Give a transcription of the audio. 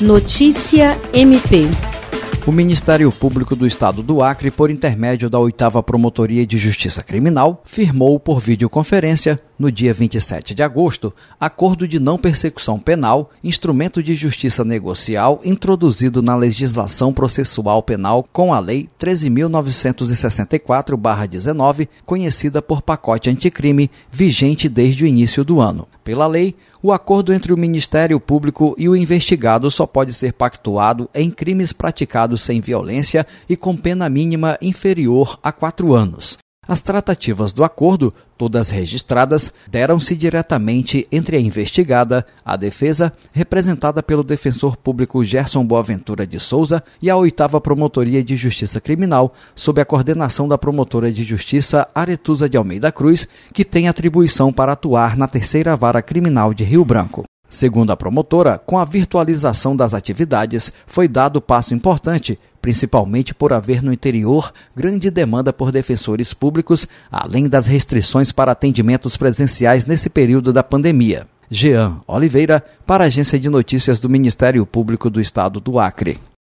Notícia MP. O Ministério Público do Estado do Acre, por intermédio da 8ª Promotoria de Justiça Criminal, firmou por videoconferência, no dia 27 de agosto, acordo de não persecução penal, instrumento de justiça negocial introduzido na legislação processual penal com a Lei 13.964/19, conhecida por pacote anticrime, vigente desde o início do ano. Pela lei, o acordo entre o Ministério Público e o investigado só pode ser pactuado em crimes praticados sem violência e com pena mínima inferior a 4 anos. As tratativas do acordo, todas registradas, deram-se diretamente entre a investigada, a defesa, representada pelo defensor público Gerson Boaventura de Souza, e a 8ª Promotoria de Justiça Criminal, sob a coordenação da promotora de justiça Aretusa de Almeida Cruz, que tem atribuição para atuar na 3ª Vara Criminal de Rio Branco. Segundo a promotora, com a virtualização das atividades, foi dado passo importante, principalmente por haver no interior grande demanda por defensores públicos, além das restrições para atendimentos presenciais nesse período da pandemia. Jean Oliveira, para a Agência de Notícias do Ministério Público do Estado do Acre.